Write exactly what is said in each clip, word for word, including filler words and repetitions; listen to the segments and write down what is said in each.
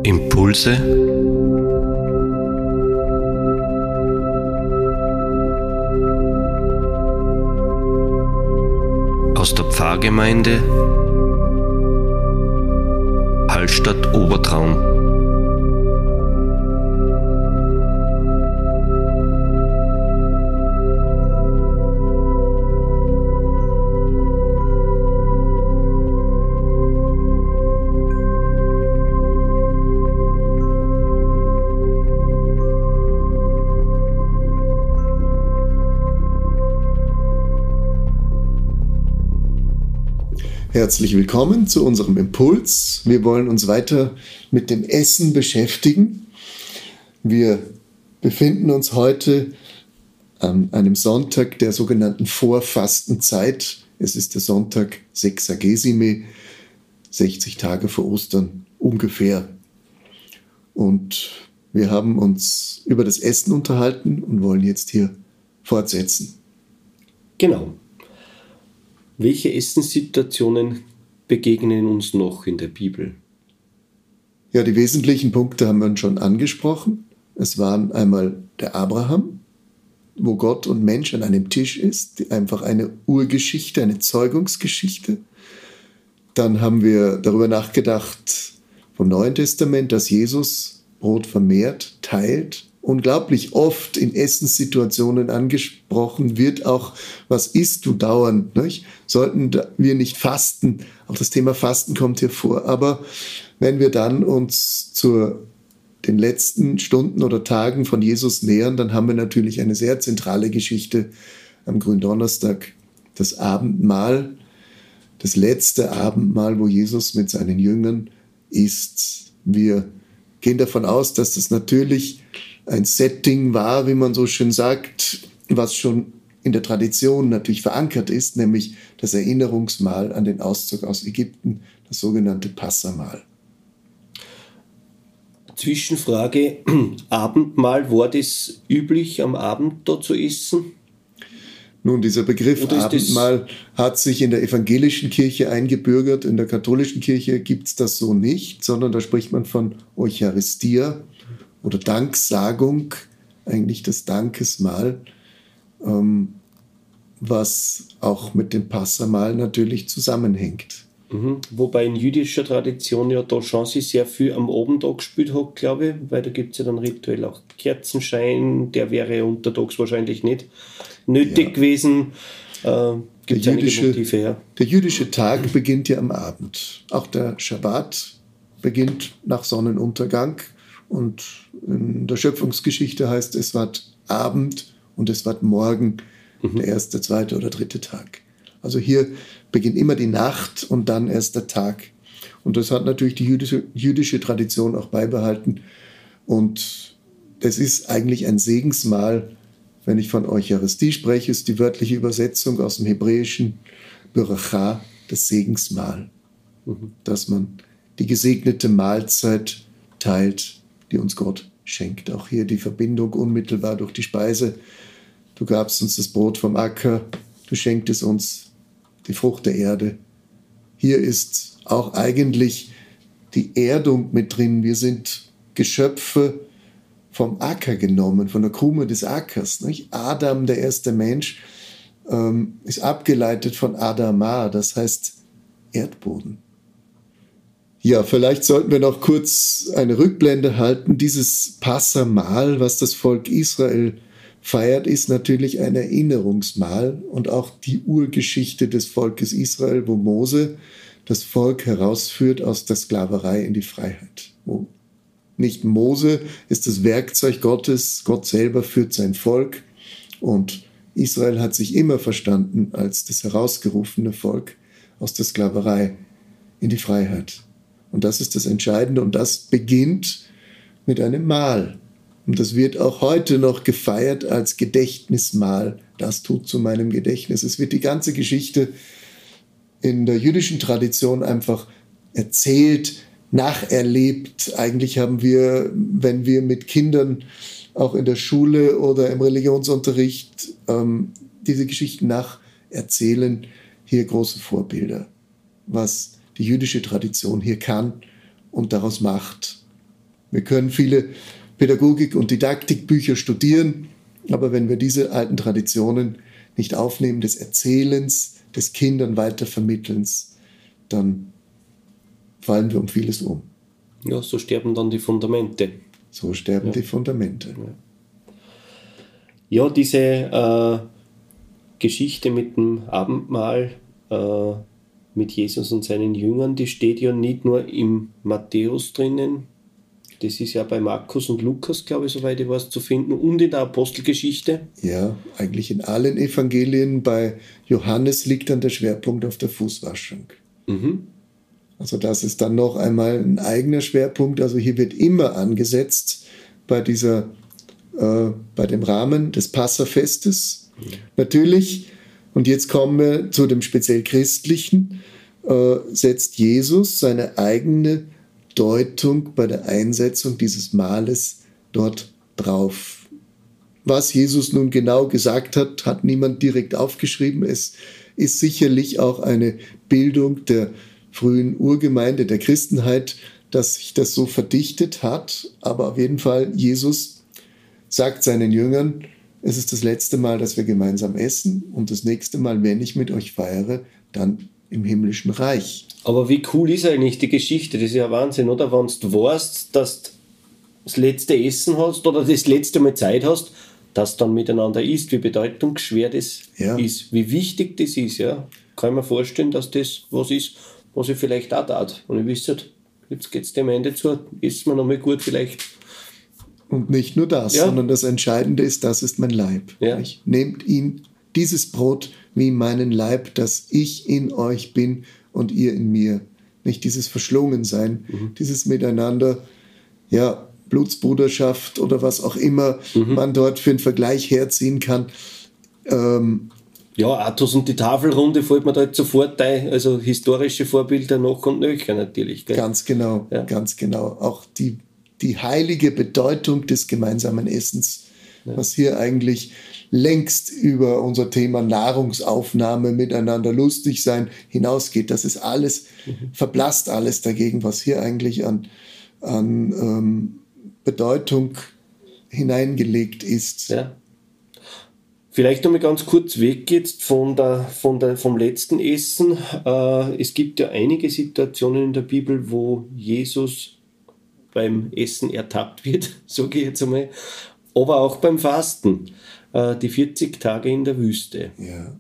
Impulse aus der Pfarrgemeinde Hallstatt Obertraum. Herzlich willkommen zu unserem Impuls. Wir wollen uns weiter mit dem Essen beschäftigen. Wir befinden uns heute an einem Sonntag der sogenannten Vorfastenzeit. Es ist der Sonntag Sexagesime, sechzig Tage vor Ostern ungefähr. Und wir haben uns über das Essen unterhalten und wollen jetzt hier fortsetzen. Genau. Welche Essenssituationen begegnen uns noch in der Bibel? Ja, die wesentlichen Punkte haben wir schon angesprochen. Es waren einmal der Abraham, wo Gott und Mensch an einem Tisch ist, einfach eine Urgeschichte, eine Zeugungsgeschichte. Dann haben wir darüber nachgedacht vom Neuen Testament, dass Jesus Brot vermehrt, teilt, unglaublich oft in Essenssituationen angesprochen wird, auch was isst du dauernd, nicht? Sollten wir nicht fasten, auch das Thema Fasten kommt hier vor, aber wenn wir dann uns zu den letzten Stunden oder Tagen von Jesus nähern, dann haben wir natürlich eine sehr zentrale Geschichte am Gründonnerstag, das Abendmahl, das letzte Abendmahl, wo Jesus mit seinen Jüngern isst. Wir gehen davon aus, dass das natürlich ein Setting war, wie man so schön sagt, was schon in der Tradition natürlich verankert ist, nämlich das Erinnerungsmahl an den Auszug aus Ägypten, das sogenannte Passamahl. Zwischenfrage, Abendmahl, war das üblich, am Abend da zu essen? Nun, dieser Begriff Abendmahl hat sich in der evangelischen Kirche eingebürgert, in der katholischen Kirche gibt es das so nicht, sondern da spricht man von Eucharistia, oder Danksagung, eigentlich das Dankesmahl, ähm, was auch mit dem Passamahl natürlich zusammenhängt. Mhm. Wobei in jüdischer Tradition ja da schon sich sehr viel am Abend angespielt hat, glaube ich, weil da gibt es ja dann rituell auch Kerzenschein, der wäre untertags wahrscheinlich nicht nötig ja. gewesen. Äh, gibt's der, jüdische, Motive, ja. der jüdische Tag beginnt ja am Abend. Auch der Schabbat beginnt nach Sonnenuntergang. Und in der Schöpfungsgeschichte heißt es, es war Abend und es war Morgen, mhm. der erste, zweite oder dritte Tag. Also hier beginnt immer die Nacht und dann erst der Tag. Und das hat natürlich die jüdische, jüdische Tradition auch beibehalten. Und das ist eigentlich ein Segensmahl. Wenn ich von Eucharistie spreche, ist die wörtliche Übersetzung aus dem Hebräischen Beracha, das Segensmahl. Mhm. Dass man die gesegnete Mahlzeit teilt, die uns Gott schenkt. Auch hier die Verbindung unmittelbar durch die Speise. Du gabst uns das Brot vom Acker, du schenktest uns die Frucht der Erde. Hier ist auch eigentlich die Erdung mit drin. Wir sind Geschöpfe vom Acker genommen, von der Krume des Ackers. Nicht? Adam, der erste Mensch, ähm, ist abgeleitet von Adama, das heißt Erdboden. Ja, vielleicht sollten wir noch kurz eine Rückblende halten. Dieses Passamahl, was das Volk Israel feiert, ist natürlich ein Erinnerungsmahl und auch die Urgeschichte des Volkes Israel, wo Mose das Volk herausführt aus der Sklaverei in die Freiheit. Wo nicht Mose ist das Werkzeug Gottes, Gott selber führt sein Volk und Israel hat sich immer verstanden als das herausgerufene Volk aus der Sklaverei in die Freiheit. Und das ist das Entscheidende und das beginnt mit einem Mahl. Und das wird auch heute noch gefeiert als Gedächtnismahl. Das tut zu meinem Gedächtnis. Es wird die ganze Geschichte in der jüdischen Tradition einfach erzählt, nacherlebt. Eigentlich haben wir, wenn wir mit Kindern auch in der Schule oder im Religionsunterricht ähm, diese Geschichten nacherzählen, hier große Vorbilder, was die jüdische Tradition hier kann und daraus macht. Wir können viele Pädagogik- und Didaktikbücher studieren, aber wenn wir diese alten Traditionen nicht aufnehmen, des Erzählens, des Kindern weitervermittelns, dann fallen wir um vieles um. Ja, so sterben dann die Fundamente. So sterben ja. die Fundamente. Ja, ja diese äh, Geschichte mit dem Abendmahl, äh, mit Jesus und seinen Jüngern, die steht ja nicht nur im Matthäus drinnen, das ist ja bei Markus und Lukas, glaube ich, soweit ich weiß, zu finden, und in der Apostelgeschichte. Ja, eigentlich in allen Evangelien. Bei Johannes liegt dann der Schwerpunkt auf der Fußwaschung. Mhm. Also das ist dann noch einmal ein eigener Schwerpunkt. Also hier wird immer angesetzt bei dieser, äh, bei dem Rahmen des Passafestes. Mhm. Natürlich, und jetzt kommen wir zu dem speziell Christlichen, äh, setzt Jesus seine eigene Deutung bei der Einsetzung dieses Mahles dort drauf. Was Jesus nun genau gesagt hat, hat niemand direkt aufgeschrieben. Es ist sicherlich auch eine Bildung der frühen Urgemeinde, der Christenheit, dass sich das so verdichtet hat. Aber auf jeden Fall, Jesus sagt seinen Jüngern, es ist das letzte Mal, dass wir gemeinsam essen, und das nächste Mal, wenn ich mit euch feiere, dann im himmlischen Reich. Aber wie cool ist eigentlich die Geschichte? Das ist ja Wahnsinn, oder? Wenn du weißt, dass du das letzte Essen hast oder das letzte Mal Zeit hast, dass dann miteinander isst, wie bedeutungsschwer das ja. ist, wie wichtig das ist. Ja? Kann ich mir vorstellen, dass das was ist, was ich vielleicht auch tat. Und ich wüsste, jetzt geht es dem Ende zu, isst man nochmal gut vielleicht. Und nicht nur das, ja. sondern das Entscheidende ist, das ist mein Leib. Ja. Nehmt ihn, dieses Brot, wie meinen Leib, dass ich in euch bin und ihr in mir. Nicht dieses Verschlungensein, mhm. dieses Miteinander, ja, Blutsbruderschaft oder was auch immer mhm. man dort für einen Vergleich herziehen kann. Ähm, ja, Athos und die Tafelrunde fällt mir da jetzt sofort ein, also historische Vorbilder noch und nöcher natürlich. Gell? Ganz genau, ja. ganz genau. Auch die, die heilige Bedeutung des gemeinsamen Essens, ja. was hier eigentlich längst über unser Thema Nahrungsaufnahme, miteinander lustig sein hinausgeht. Das ist alles, mhm. verblasst alles dagegen, was hier eigentlich an, an ähm, Bedeutung hineingelegt ist. Ja. Vielleicht nochmal ganz kurz weg jetzt von der, von der, vom letzten Essen. Äh, es gibt ja einige Situationen in der Bibel, wo Jesus beim Essen ertappt wird, sage ich jetzt einmal, aber auch beim Fasten. Äh, die vierzig Tage in der Wüste. Ja.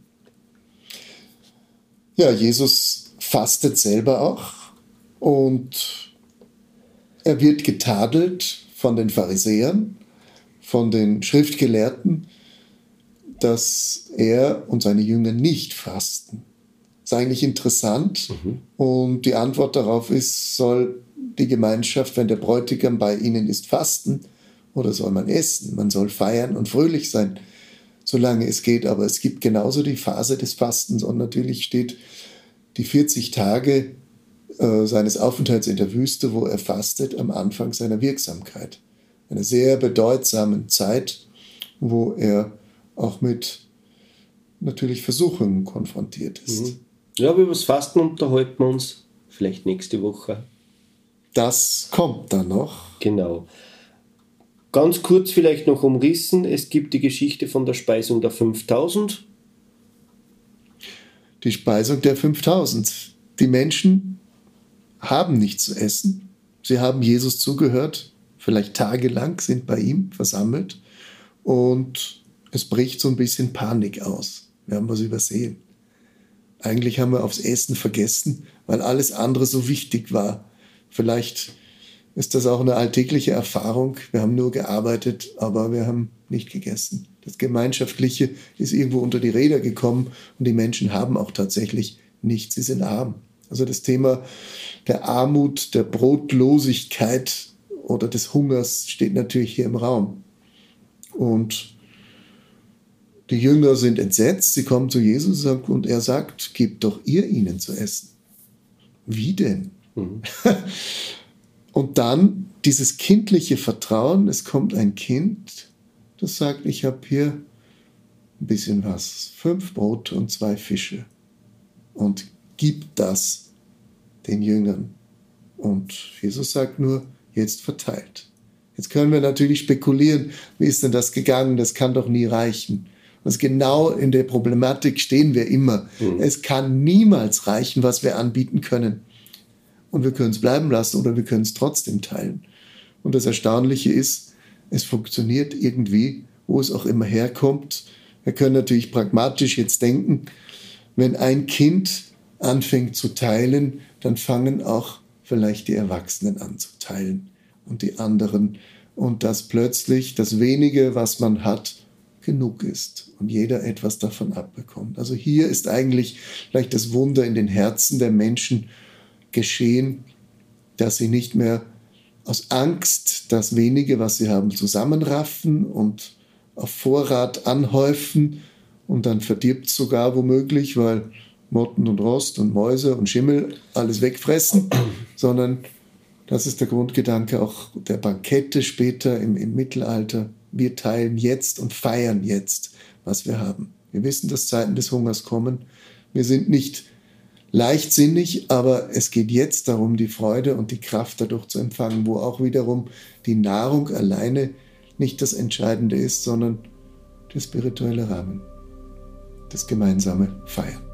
ja, Jesus fastet selber auch und er wird getadelt von den Pharisäern, von den Schriftgelehrten, dass er und seine Jünger nicht fasten. Das ist eigentlich interessant. Mhm. Und die Antwort darauf ist, soll die Gemeinschaft, wenn der Bräutigam bei ihnen ist, fasten oder soll man essen? Man soll feiern und fröhlich sein, solange es geht. Aber es gibt genauso die Phase des Fastens und natürlich steht die vierzig Tage äh, seines Aufenthalts in der Wüste, wo er fastet, am Anfang seiner Wirksamkeit. Eine sehr bedeutsame Zeit, wo er auch mit natürlich Versuchungen konfrontiert ist. Mhm. Ja, aber über das Fasten unterhalten wir uns vielleicht nächste Woche. Das kommt dann noch. Genau. Ganz kurz vielleicht noch umrissen, es gibt die Geschichte von der Speisung der fünftausend. Die Speisung der fünftausend. Die Menschen haben nichts zu essen. Sie haben Jesus zugehört, vielleicht tagelang, sind bei ihm versammelt und es bricht so ein bisschen Panik aus. Wir haben was übersehen. Eigentlich haben wir aufs Essen vergessen, weil alles andere so wichtig war. Vielleicht ist das auch eine alltägliche Erfahrung. Wir haben nur gearbeitet, aber wir haben nicht gegessen. Das Gemeinschaftliche ist irgendwo unter die Räder gekommen und die Menschen haben auch tatsächlich nichts. Sie sind arm. Also das Thema der Armut, der Brotlosigkeit oder des Hungers steht natürlich hier im Raum. Und die Jünger sind entsetzt, sie kommen zu Jesus und er sagt, gebt doch ihr ihnen zu essen. Wie denn? Mhm. Und dann dieses kindliche Vertrauen, es kommt ein Kind, das sagt, ich habe hier ein bisschen was, fünf Brote und zwei Fische und gibt das den Jüngern. Und Jesus sagt nur, jetzt verteilt. Jetzt können wir natürlich spekulieren, wie ist denn das gegangen? Das kann doch nie reichen. Und genau in der Problematik stehen wir immer. Mhm. Es kann niemals reichen, was wir anbieten können. Und wir können es bleiben lassen oder wir können es trotzdem teilen. Und das Erstaunliche ist, es funktioniert irgendwie, wo es auch immer herkommt. Wir können natürlich pragmatisch jetzt denken, wenn ein Kind anfängt zu teilen, dann fangen auch vielleicht die Erwachsenen an zu teilen und die anderen. Und dass plötzlich das Wenige, was man hat, genug ist und jeder etwas davon abbekommt. Also hier ist eigentlich vielleicht das Wunder in den Herzen der Menschen geschehen, dass sie nicht mehr aus Angst das Wenige, was sie haben, zusammenraffen und auf Vorrat anhäufen und dann verdirbt es sogar womöglich, weil Motten und Rost und Mäuse und Schimmel alles wegfressen, sondern das ist der Grundgedanke auch der Bankette später im, im Mittelalter. Wir teilen jetzt und feiern jetzt, was wir haben. Wir wissen, dass Zeiten des Hungers kommen. Wir sind nicht leichtsinnig, aber es geht jetzt darum, die Freude und die Kraft dadurch zu empfangen, wo auch wiederum die Nahrung alleine nicht das Entscheidende ist, sondern der spirituelle Rahmen, das gemeinsame Feiern.